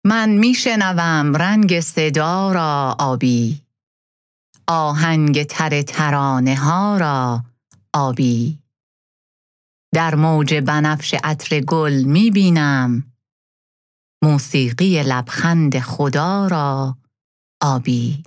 من میشنوم رنگ صدا را آبی، آهنگ تر ترانه ها را آبی. در موج بنفش عطر گل میبینم موسیقی لبخند خدا را آبی.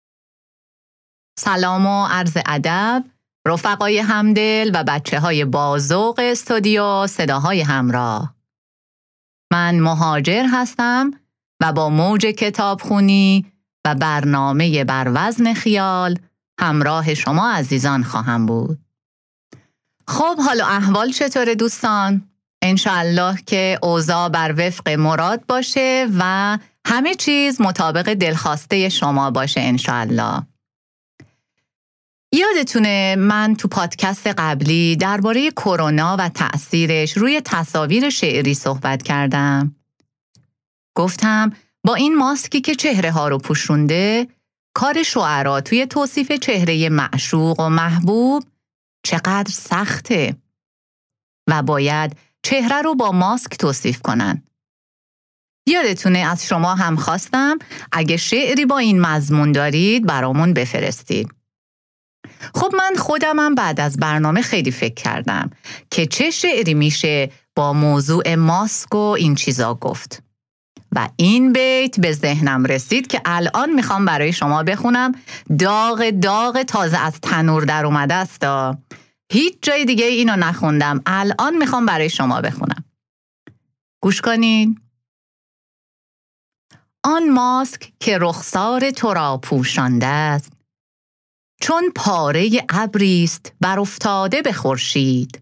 سلام و عرض ادب رفقای همدل و بچه‌های باذوق استودیو صداهای همراه. من مهاجر هستم و با موج کتابخونی و برنامه بر وزن خیال همراه شما عزیزان خواهم بود. خب حال و احوال چطوره دوستان؟ انشاءالله که اوضاع بر وفق مراد باشه و همه چیز مطابق دلخواسته شما باشه انشاءالله. یادتونه من تو پادکست قبلی درباره کرونا و تأثیرش روی تصاویر شعری صحبت کردم. گفتم با این ماسکی که چهره ها رو پوشونده، کار شعرا توی توصیف چهره معشوق و محبوب چقدر سخته و باید چهره رو با ماسک توصیف کنن. یادتونه از شما هم خواستم اگه شعری با این مضمون دارید برامون بفرستید. خب من خودمم بعد از برنامه خیلی فکر کردم که چه شعری میشه با موضوع ماسک و این چیزا گفت و این بیت به ذهنم رسید که الان میخوام برای شما بخونم. داغ تازه از تنور در اومده است. هیچ جای دیگه اینو نخوندم، الان میخوام برای شما بخونم. گوش کنین. آن ماسک که رخسار تو را پوشانده است، چون پاره ابریست بر افتاده به خورشید.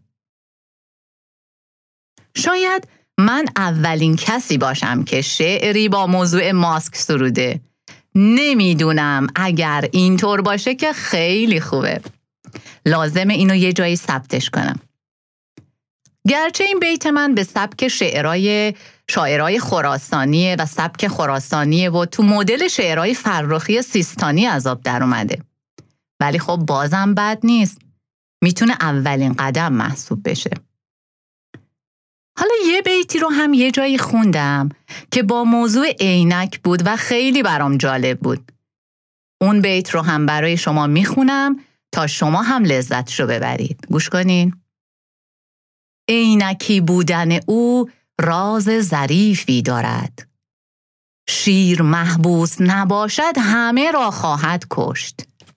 شاید من اولین کسی باشم که شعری با موضوع ماسک سروده. نمیدونم، اگر اینطور باشه که خیلی خوبه. لازمه اینو یه جایی ثبتش کنم. گرچه این بیت من به سبک شاعرای خراسانیه و سبک خراسانیه و تو مدل شعرهای فرخی سیستانی از آب در اومده، ولی خب بازم بد نیست. میتونه اولین قدم محسوب بشه. حالا یه بیتی رو هم یه جایی خوندم که با موضوع عینک بود و خیلی برام جالب بود. اون بیت رو هم برای شما میخونم تا شما هم لذتشو ببرید. گوش کنین. عینکی بودن او راز ظریفی دارد، شیر محبوس نباشد همه را خواهد کشت.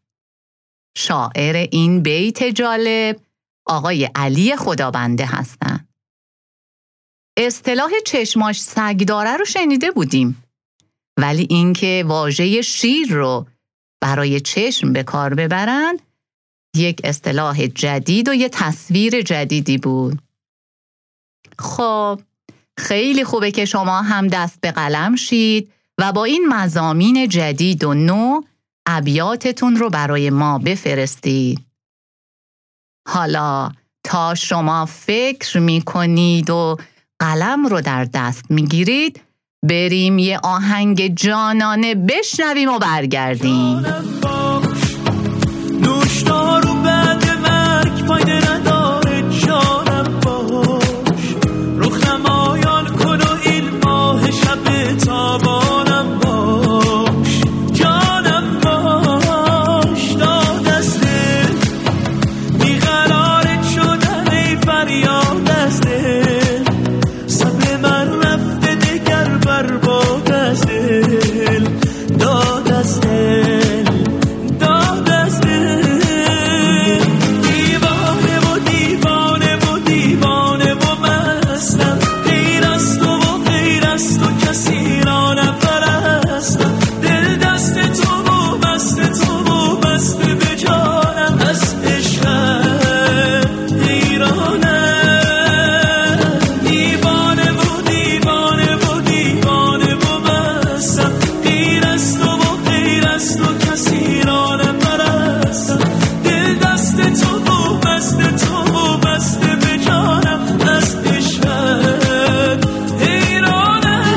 شاعر این بیت جالب آقای علی خدابنده هستن. اصطلاح چشماش سگ داره رو شنیده بودیم، ولی اینکه واژه شیر رو برای چشم به کار ببرن یک اصطلاح جدید و یه تصویر جدیدی بود. خب خیلی خوبه که شما هم دست به قلم شید و با این مضامین جدید و نو ابیاتتون رو برای ما بفرستید. حالا تا شما فکر میکنید و قلم رو در دست میگیرید، بریم یه آهنگ جانانه بشنویم و برگردیم. نوشدار و بعد مرگ فایده نداره، جانم باش رخم آیان کن و این ماه شب تابانم باش. جانم باش داد از دل بیقرارت شدن ای فریاد از دل، صبر من رفته دگر برباد از دل، داد از دل داد از دل. دیوانه و دیوانه و دیوانه و مستم، غیر از تو و غیر از تو کسی را نپرستم. دل دست تو و بست تو و بست به جانم، از عشقت حیرانم. دیوانه و دیوانه و دیوانه و مستم، غیر از تو و غیر از تو کسی را نپرستم. دل دست تو و بست تو و بست به جانم، از عشقت حیرانم.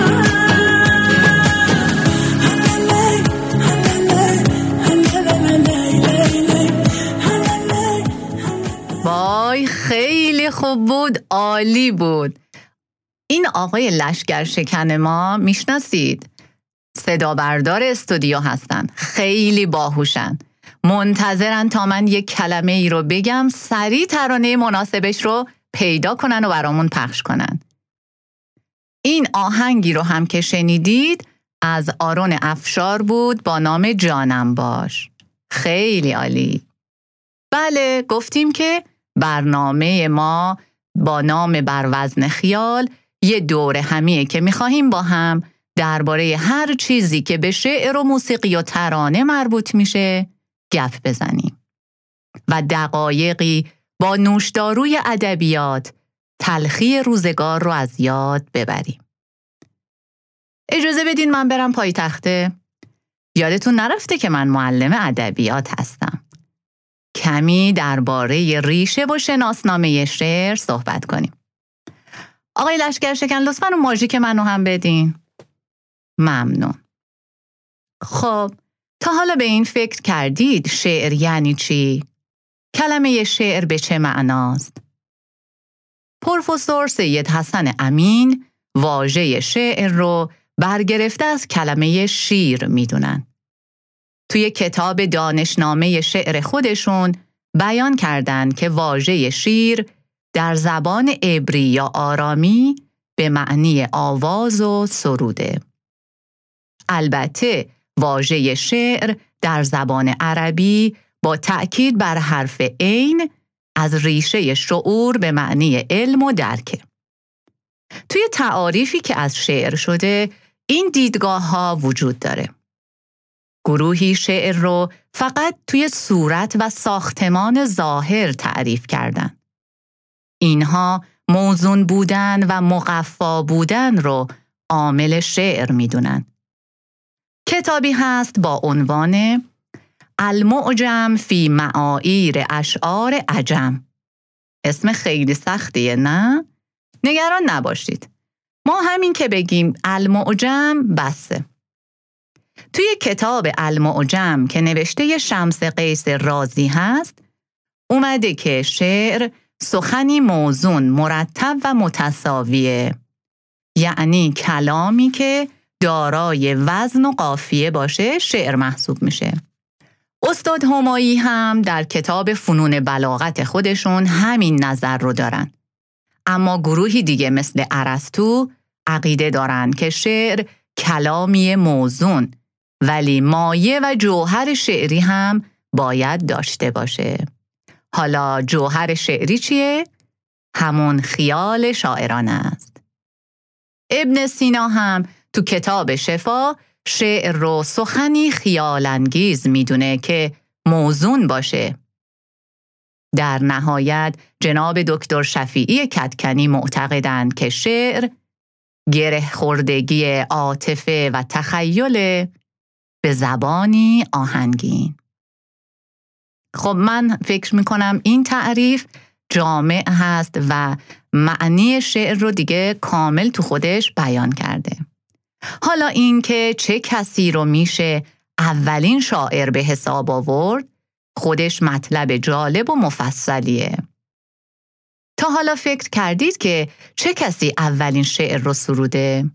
وای خیلی خوب بود، عالی بود. این آقای لشکرشکن ما میشناسید؟ صدا بردار استودیو هستن. خیلی باهوشن. منتظرن تا من یک کلمه ای رو بگم سریع ترانه مناسبش رو پیدا کنن و برامون پخش کنن. این آهنگی رو هم که شنیدید از آرون افشار بود با نام جانم باش. خیلی عالی. بله، گفتیم که برنامه ما با نام بر وزن خیال یه دوره همیه که میخواهیم با هم درباره هر چیزی که به شعر و موسیقی و ترانه مربوط میشه گپ بزنیم و دقایقی با نوشداروی ادبیات تلخی روزگار رو از یاد ببریم. اجازه بدین من برم پای تخته. یادتون نرفته که من معلم ادبیات هستم. کمی درباره ریشه و شناسنامه شعر صحبت کنیم. آقای لشکرشکن لطفاً اون ماژیک منو هم بدین. ممنون. خب تا حالا به این فکر کردید شعر یعنی چی؟ کلمه شعر به چه معناست؟ پروفسور سید حسن امین واژه شعر رو برگرفته از کلمه شیر میدونن. توی کتاب دانشنامه شعر خودشون بیان کردن که واژه شیر در زبان عبری یا آرامی به معنی آواز و سروده. البته واژه شعر در زبان عربی با تأکید بر حرف عین از ریشه شعور به معنی علم و درکه. توی تعاریفی که از شعر شده این دیدگاه ها وجود داره. گروهی شعر رو فقط توی صورت و ساختمان ظاهر تعریف کردن. اینها موزون بودن و مقفا بودن رو عامل شعر میدونن. کتابی هست با عنوان المعجم فی معایر اشعار عجم. اسم خیلی سختیه نه؟ نگران نباشید. ما همین که بگیم المعجم بسه. توی کتاب المعجم که نوشته شمس قیس رازی هست اومده که شعر سخنی موزون، مرتب و متساویه. یعنی کلامی که دارای وزن و قافیه باشه شعر محسوب میشه. استاد همایی هم در کتاب فنون بلاغت خودشون همین نظر رو دارن. اما گروهی دیگه مثل ارسطو عقیده دارن که شعر کلامی موزون ولی مایه و جوهر شعری هم باید داشته باشه. حالا جوهر شعری چیه؟ همون خیال شاعرانه است. ابن سینا هم تو کتاب شفا شعر رو سخنی خیالانگیز میدونه که موزون باشه. در نهایت جناب دکتر شفیعی کدکنی معتقدند که شعر گره خوردگی عاطفه و تخیل به زبانی آهنگین. خب من فکر میکنم این تعریف جامع هست و معنی شعر رو دیگه کامل تو خودش بیان کرده. حالا این که چه کسی رو میشه اولین شاعر به حساب آورد خودش مطلب جالب و مفصلیه. تا حالا فکر کردید که چه کسی اولین شعر رو سروده؟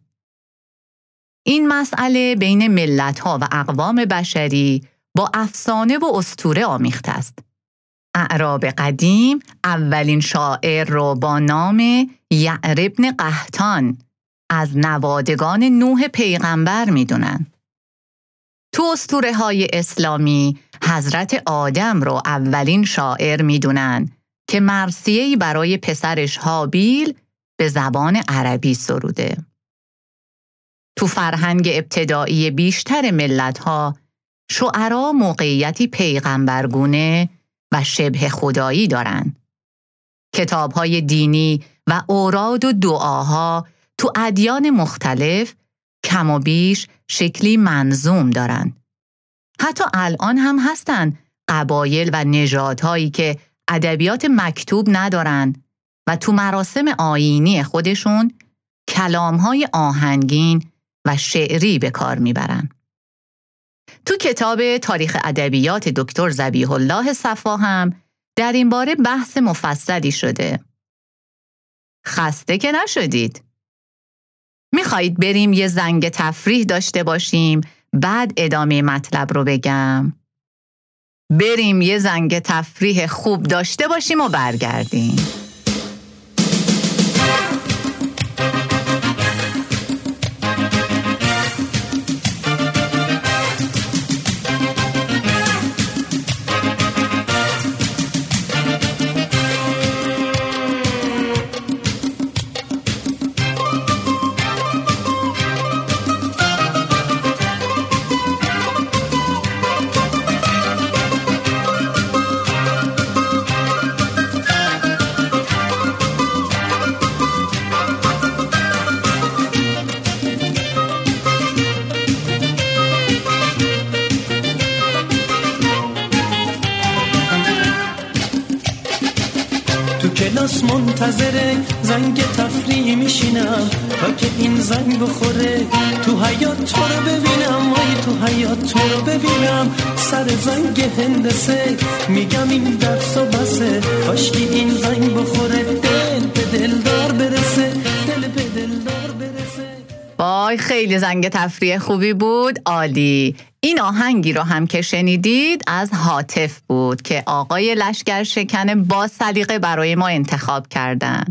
این مسئله بین ملت‌ها و اقوام بشری با افسانه و اسطوره آمیخته است. اعراب قدیم اولین شاعر رو با نام یعر بن قحطان از نوادگان نوح پیغمبر میدونن. تو اسطوره‌های اسلامی حضرت آدم رو اولین شاعر میدونن که مرثیه‌ای برای پسرش هابیل به زبان عربی سروده. تو فرهنگ ابتدایی بیشتر ملت‌ها شعرا موقعیتی پیغمبرگونه و شبه خدایی دارن. کتاب‌های دینی و اوراد و دعاها تو ادیان مختلف کم و بیش شکلی منظوم دارن. حتی الان هم هستن قبایل و نژادهایی که ادبیات مکتوب ندارن و تو مراسم آیینی خودشون کلام‌های آهنگین و شعری به کار میبرن. تو کتاب تاریخ ادبیات دکتر ذبیح الله صفا هم در این باره بحث مفصلی شده. خسته که نشدید. میخواید بریم یه زنگ تفریح داشته باشیم بعد ادامه مطلب رو بگم؟ بریم یه زنگ تفریح خوب داشته باشیم و برگردیم. کلاس منتظر زنگ تفریح میشینم تا که این زنگ بخوره تو حیاط تو رو ببینم، وای تو حیاط تو رو ببینم. سر زنگ هندسه میگم این درس و بسه، کاشکی این زنگ بخوره دل به دلدار برسه، دل به دلدار برسه. وای خیلی زنگ تفریح خوبی بود، عالی. این آهنگی رو هم که شنیدید از هاتف بود که آقای لشکرشکن با سلیقه برای ما انتخاب کردن.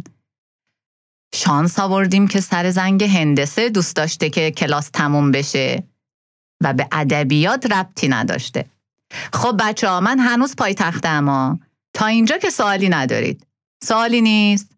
شانس آوردیم که سر زنگ هندسه دوست داشته که کلاس تموم بشه و به ادبیات ربطی نداشته. خب بچه‌ها، من هنوز پای تختم تا اینجا که سوالی ندارید؟ سوالی نیست؟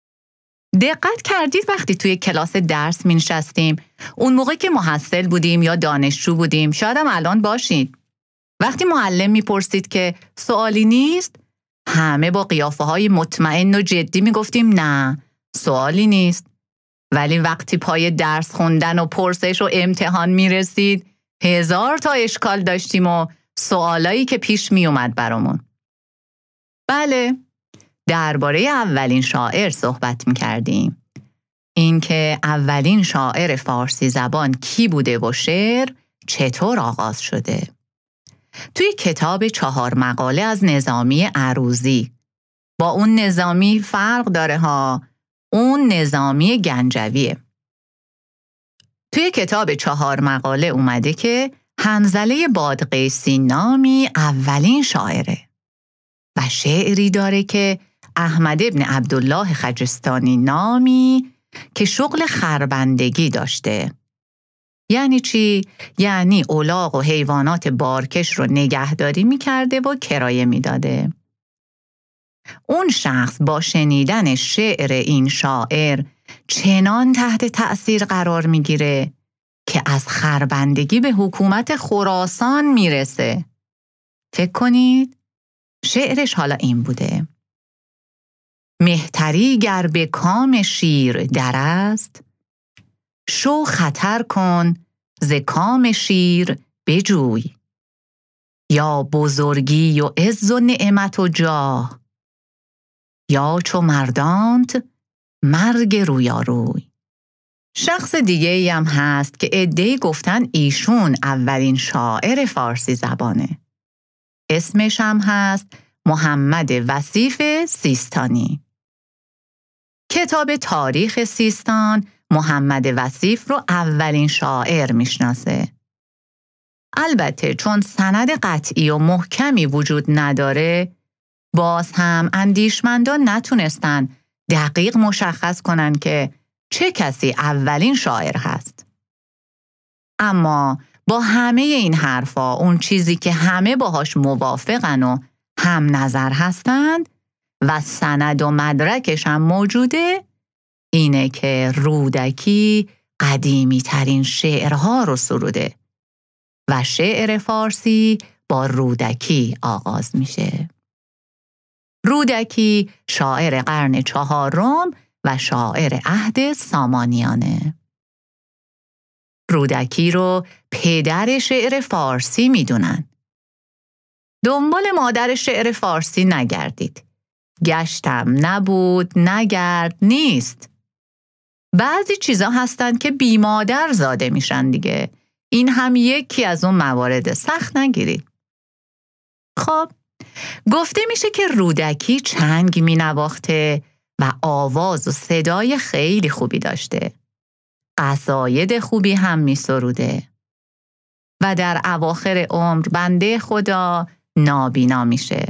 دقت کردید وقتی توی کلاس درس می نشستیم، اون موقع که محصل بودیم یا دانشجو بودیم، شاید هم الان باشید، وقتی معلم می پرسید که سوالی نیست، همه با قیافه های مطمئن و جدی می گفتیم نه سوالی نیست. ولی وقتی پای درس خوندن و پرسش و امتحان می رسید، 1000 تا اشکال داشتیم و سوالایی که پیش می اومد برامون. بله، درباره اولین شاعر صحبت می‌کردیم. اینکه اولین شاعر فارسی زبان کی بوده و شعر چطور آغاز شده. توی کتاب 4 مقاله از نظامی عروضی، با اون نظامی فرق داره ها، اون نظامی گنجویه. توی کتاب 4 مقاله اومده که حنظله بادغیسی نامی اولین شاعره و شعری داره که احمد ابن عبدالله خجستانی نامی که شغل خربندگی داشته. یعنی چی؟ یعنی الاغ و حیوانات بارکش رو نگهداری می‌کرده و کرایه می‌داده. اون شخص با شنیدن شعر این شاعر چنان تحت تأثیر قرار می‌گیره که از خربندگی به حکومت خراسان میرسه. فکر کنید شعرش حالا این بوده: مهتری گر به کام شیر در است، شو خطر کن ز کام شیر بجوی. یا بزرگی و عز و نعمت و جاه، یا چو مردانت مرگ رویاروی. شخص دیگه‌ای هم هست که عده‌ای گفتن ایشون اولین شاعر فارسی زبانه. اسمش هم هست محمد وصیف سیستانی. کتاب تاریخ سیستان محمد وصیف رو اولین شاعر میشناسه. البته چون سند قطعی و محکمی وجود نداره، باز هم اندیشمندان نتونستن دقیق مشخص کنن که چه کسی اولین شاعر هست. اما با همه این حرفا، اون چیزی که همه باهاش موافقن و هم نظر هستند و سند و مدرکش هم موجوده، اینه که رودکی قدیمی ترین شعرها رو سروده و شعر فارسی با رودکی آغاز میشه. رودکی شاعر قرن 4 و شاعر عهد سامانیانه. رودکی رو پدر شعر فارسی میدونن. دنبال مادر شعر فارسی نگردید. گشتم نبود، نگرد نیست. بعضی چیزا هستن که بی مادر زاده میشن دیگه. این هم یکی از اون موارد، سخت نگیرید. خب، گفته میشه که رودکی چنگ می نواخته و آواز و صدای خیلی خوبی داشته. قصاید خوبی هم می سروده و در اواخر عمر بنده خدا نابینا میشه.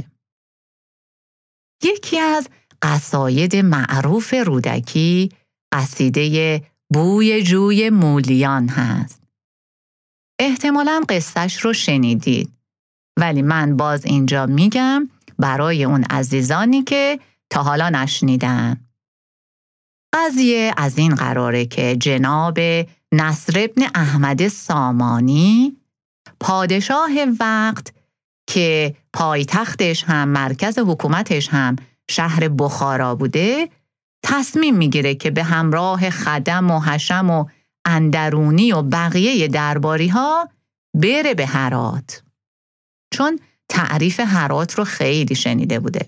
یکی از قصاید معروف رودکی قصیده بوی جوی مولیان هست. احتمالاً قصهش رو شنیدید، ولی من باز اینجا میگم برای اون عزیزانی که تا حالا نشنیدن. قضیه از این قراره که جناب نصر ابن احمد سامانی، پادشاه وقت که پایتختش هم مرکز حکومتش هم شهر بخارا بوده، تصمیم میگیره که به همراه خدم و حشم و اندرونی و بقیه درباری ها بره به هرات، چون تعریف هرات رو خیلی شنیده بوده.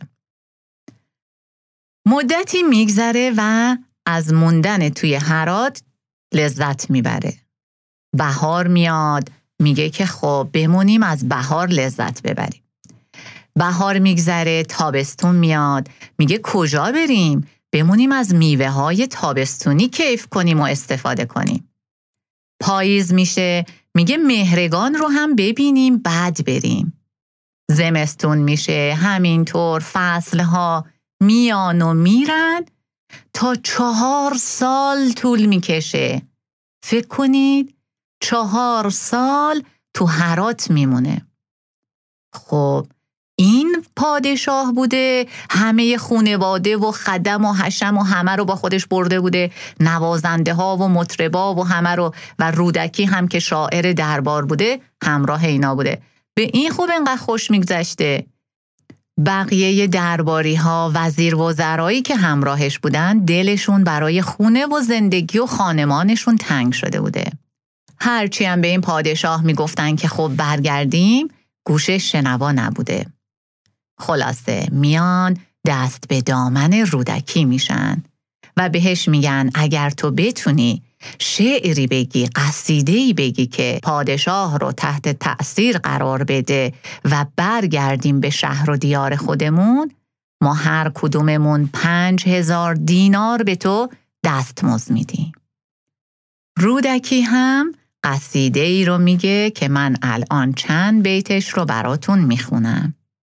مدتی میگذره و از موندن توی هرات لذت میبره. بهار میاد، میگه که خب بمونیم از بهار لذت ببریم. بهار میگذره، تابستون میاد، میگه کجا بریم؟ بمونیم از میوه های تابستونی کیف کنیم و استفاده کنیم. پاییز میشه، میگه مهرگان رو هم ببینیم بعد بریم. زمستون میشه، همینطور فصلها میان و میرن تا 4 سال طول میکشه. فکر کنید 4 سال تو هرات میمونه. خب این پادشاه بوده، همه خانواده و خدم و حشم و همه رو با خودش برده بوده، نوازنده ها و مطربا و همه رو، و رودکی هم که شاعر دربار بوده همراه اینا بوده. به این خوب انقدر خوش میگذشته. بقیه درباری ها، وزیر وزرایی که همراهش بودن، دلشون برای خونه و زندگی و خانمانشون تنگ شده بوده. هرچی هم به این پادشاه میگفتن که خب برگردیم، گوشش شنوا نبوده. خلاصه میان دست به دامن رودکی میشن و بهش میگن اگر تو بتونی شعری بگی، قصیده‌ای بگی که پادشاه رو تحت تأثیر قرار بده و برگردیم به شهر و دیار خودمون، ما هر کدوممون 5000 دینار به تو دستمزد میدیم. رودکی هم قصیده‌ای رو میگه که من الان چند بیتش رو براتون میخونم.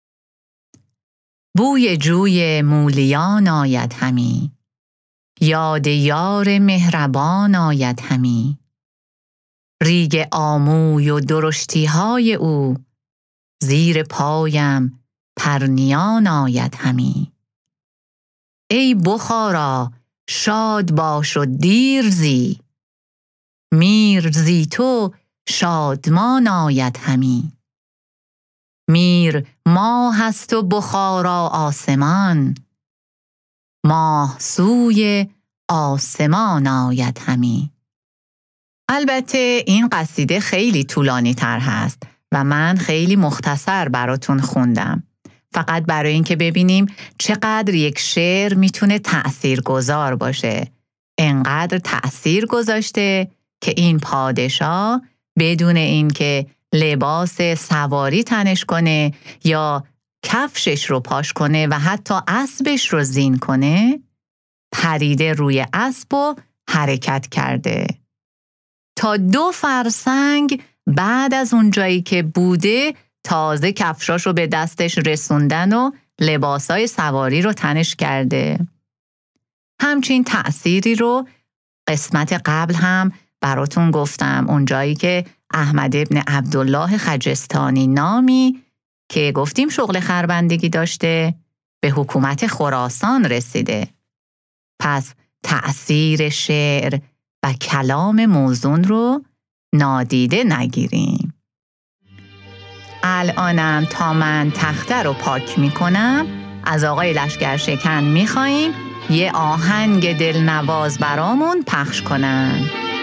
بوی جوی مولیان آید همی، یاد یار مهربان آید همی. ریگ آموی و درشتی‌های او، زیر پایم پرنیان آید همی. ای بخارا شاد باش و دیر زی، میر زی تو شادمان آید همی. میر ماه است و بخارا آسمان، ماه سوی آسمان آید همی. البته این قصیده خیلی طولانی تر هست و من خیلی مختصر براتون خوندم، فقط برای اینکه ببینیم چقدر یک شعر میتونه تأثیرگذار باشه. انقدر تأثیر گذاشته که این پادشاه بدون اینکه لباس سواری تنش کنه یا کفشش رو پاش کنه و حتی اسبش رو زین کنه، پریده روی اسب و حرکت کرده. تا 2 فرسنگ بعد از اون جایی که بوده تازه کفشاش رو به دستش رسوندن و لباسای سواری رو تنش کرده. همچین تأثیری رو قسمت قبل هم براتون گفتم، اون جایی که احمد ابن عبدالله خجستانی نامی که گفتیم شغل خربندگی داشته به حکومت خراسان رسیده. پس تأثیر شعر و کلام موزون رو نادیده نگیریم. الانم تا من تخته رو پاک میکنم از آقای لشکرشکن میخواییم یه آهنگ دلنواز برامون پخش کنن.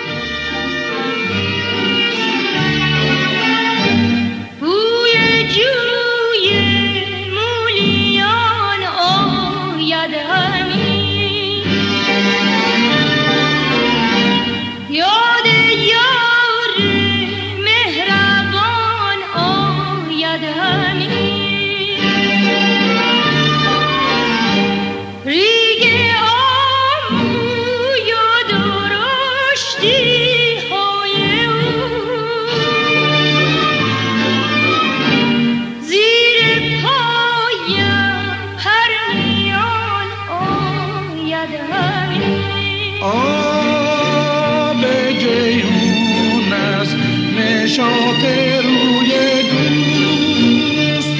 بوی جوی مولیان آید همی، یاد یار مهربان آید همی. ریگ آموی و درشت نشاط روی دوست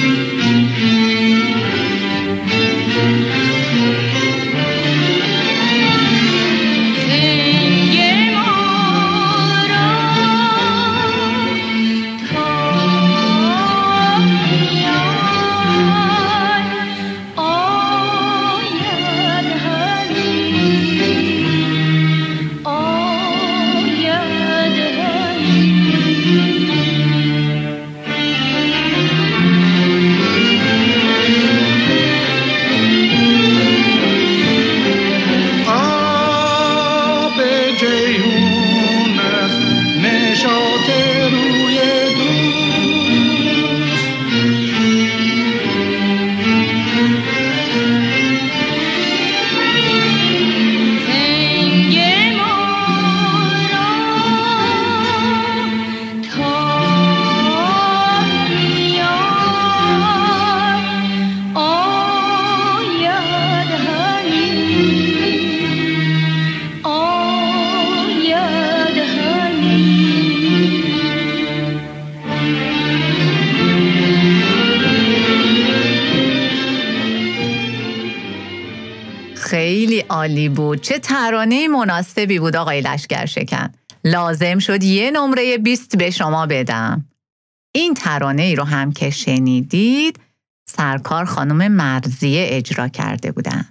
خیلی عالی بود. چه ترانه مناسبی بود آقای لشکرشکن. لازم شد یه نمره 20 به شما بدم. این ترانه ای رو هم که شنیدید سرکار خانم مرضیه اجرا کرده بودن.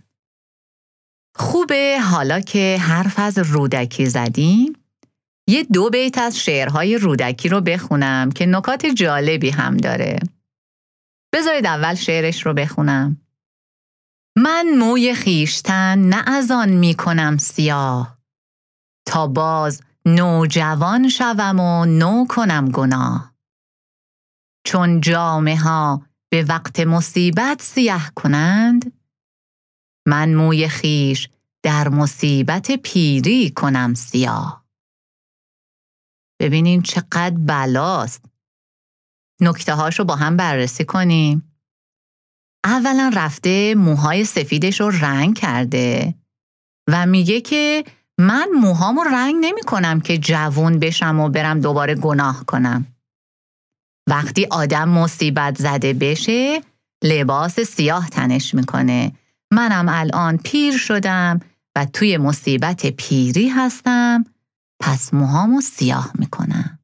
خوبه حالا که حرف از رودکی زدیم یه 2 بیت از شعرهای رودکی رو بخونم که نکات جالبی هم داره. بذارید اول شعرش رو بخونم. من موی خیشتن نه از آن می کنم سیاه، تا باز نوجوان شوم و نو کنم گناه. چون جامه ها به وقت مصیبت سیاه کنند، من موی خیش در مصیبت پیری کنم سیاه. ببینین چقدر بلاست. نکته هاشو با هم بررسی کنیم. اولا رفته موهای سفیدش رو رنگ کرده و میگه که من موهامو رنگ نمی کنم که جوون بشم و برم دوباره گناه کنم. وقتی آدم مصیبت زده بشه لباس سیاه تنش میکنه. منم الان پیر شدم و توی مصیبت پیری هستم، پس موهامو سیاه میکنم.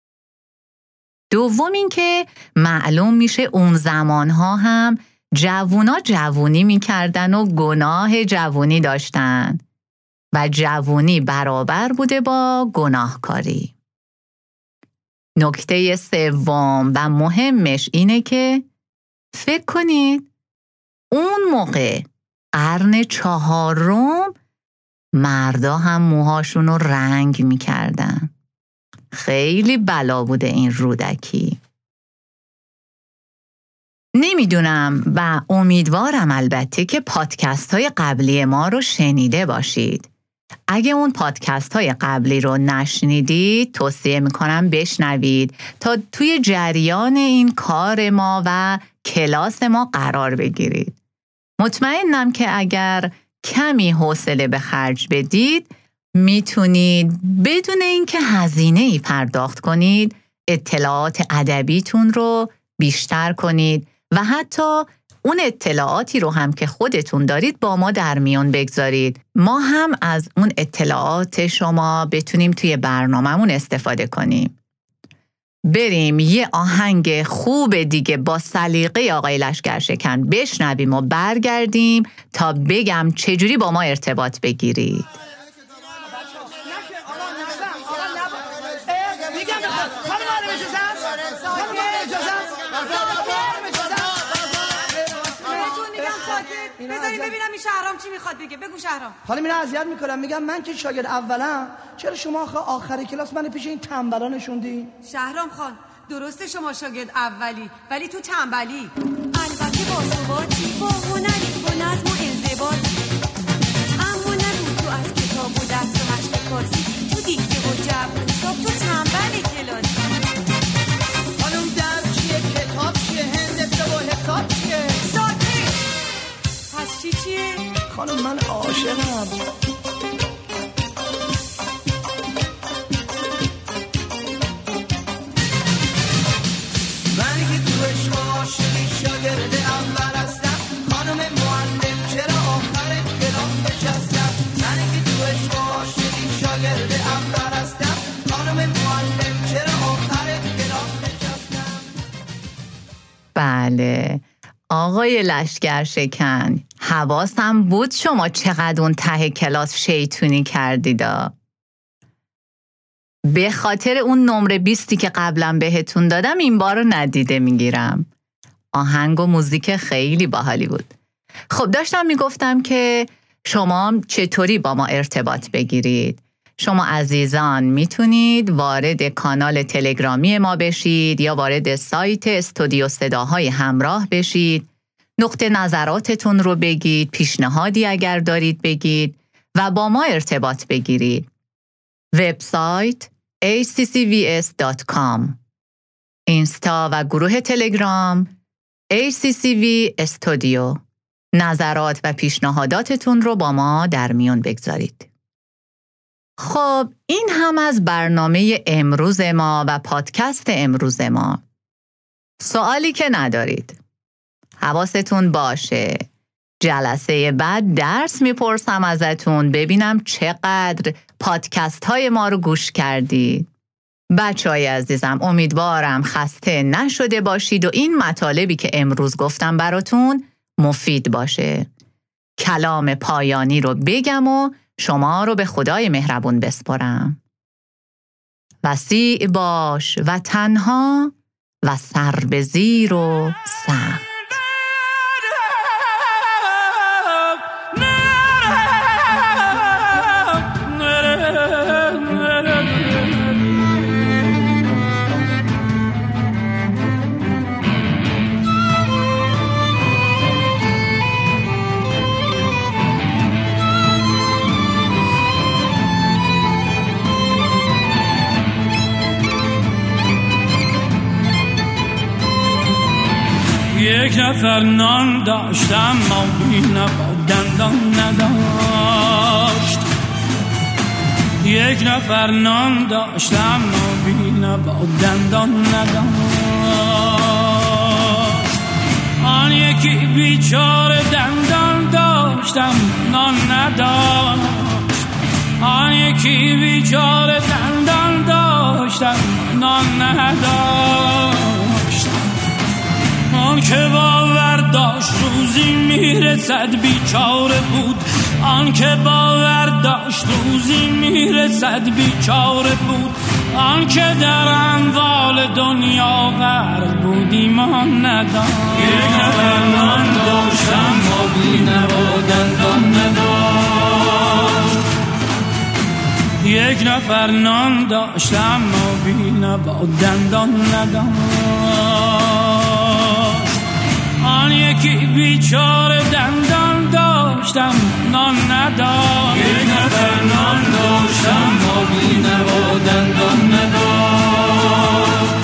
دوم این که معلوم میشه اون زمانها هم جوونا جوونی میکردن و گناه جوونی داشتن و جوونی برابر بوده با گناهکاری. نکته سوم و مهمش اینه که فکر کنید اون موقع قرن 4 مردا هم موهاشون رو رنگ میکردن. خیلی بلا بوده این رودکی. نمیدونم و امیدوارم البته که پادکست های قبلی ما رو شنیده باشید. اگه اون پادکست های قبلی رو نشنیدید توصیه میکنم بشنوید تا توی جریان این کار ما و کلاس ما قرار بگیرید. مطمئنم که اگر کمی حوصله به خرج بدید میتونید بدون اینکه هزینه‌ای پرداخت کنید اطلاعات ادبیتون رو بیشتر کنید و حتی اون اطلاعاتی رو هم که خودتون دارید با ما در میون بگذارید. ما هم از اون اطلاعات شما بتونیم توی برنامه‌مون استفاده کنیم. بریم یه آهنگ خوب دیگه با سلیقه آقای لشکرشکن بشنویم و برگردیم تا بگم چجوری با ما ارتباط بگیرید. بذاریم ببینم این شهرام چی میخواد بگه. بگو شهرام. حالا میره اذیت میکنم، میگم من که شاگرد اولم، چرا شما آخر کلاس من پیش این تنبلا نشوندی؟ شهرام خان درسته شما شاگرد اولی ولی تو تنبلی. البته با ثباتی، با هنری، با نظم و انضباط، اما نه تو از کتاب و درس و مشق فارسی، تو دیگه و جبر حساب، تو تنبلی کلاسی. خانم درس چیه؟ کتاب چیه؟ هندسه و حساب چیه؟ پس چیه؟ خانم من عاشقم. معلم چرا آخر کلاس نشستم. بله آقای لشگر شکن، حواسم بود شما چقدر اون ته کلاس شیطونی کردیدا. به خاطر اون نمره 20 که قبلا بهتون دادم این بار رو ندیده میگیرم. آهنگ و موزیک خیلی باحالی بود. خب داشتم میگفتم که شما چطوری با ما ارتباط بگیرید. شما عزیزان میتونید وارد کانال تلگرامی ما بشید یا وارد سایت استودیو صداهای همراه بشید، نقطه نظراتتون رو بگید، پیشنهادی اگر دارید بگید و با ما ارتباط بگیرید. وبسایت accvs.com، اینستا و گروه تلگرام ACCV استودیو. نظرات و پیشنهاداتتون رو با ما در میون بگذارید. خب این هم از برنامه امروز ما و پادکست امروز ما. سوالی که ندارید، حواستون باشه جلسه بعد درس میپرسم ازتون ببینم چقدر پادکست های ما رو گوش کردید. بچه‌های عزیزم امیدوارم خسته نشده باشید و این مطالبی که امروز گفتم براتون مفید باشه. کلام پایانی رو بگم و شما رو به خدای مهربون بسپارم. وسیع باش و تنها و سر به زیر و سخت. یک نفر نان داشتم ما بینه با دندان نداشت. یک نفر نان داشتم ما بینه با دندان نداشت. آن یکی بیچاره دندان داشتم نان نداشت. آن یکی بیچاره دندان داشتم نان نداشت. آن که باور داشت روزی میرسد بیچاره بود. آن که باور داشت روزی میرسد بیچاره بود. آن که در اموال دنیا غرق بود ایمان نداشت. یک نفر نان داشتم ما بینه و دندان نداشت. یک نفر نان داشتم ما بینه با دندان نداشت. آن یکی بیچاره دندان داشتم نان نداشت. یک نفر نان داشتم ما بینه و دندان نداشت.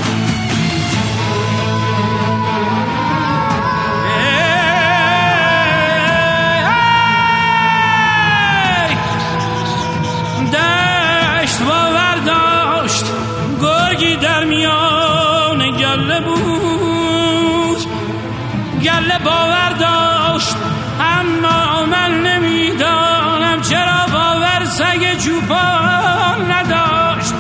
دشت باور داشت گرگی در میان گله بود. گله باور داشت اما من نمیدانم چرا باور سگ چوپان نداشت.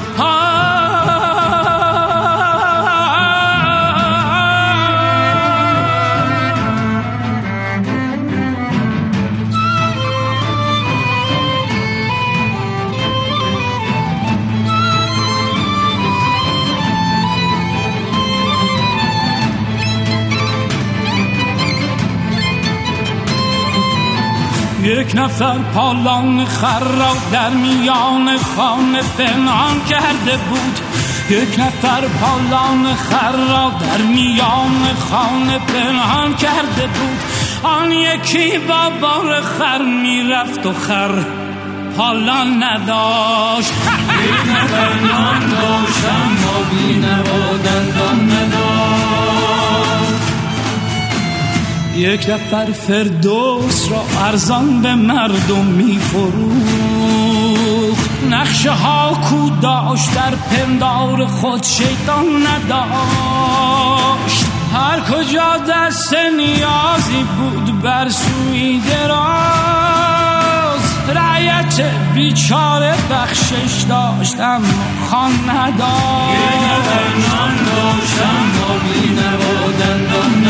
یک نفر پالان خر را در میان خانه پنهان کرده بود. یک نفر پالان خر را در میان خانه پنهان کرده بود. آن یکی با بار خر میرفت و خر پالان نداشت. یک نفر نان داشتم ما بینه و دندان نداشت. یک نفر فردوس را ارزان به مردم می‌فروخت. نقشه ها کو داشت در پندار خود شیطان نداشت. هر کجا دست نیازی بود بر سوی دراز. رعیت البته بیچاره بخشش داشتم خان نداشت، یه نفر نان داشتم با بی نوادندان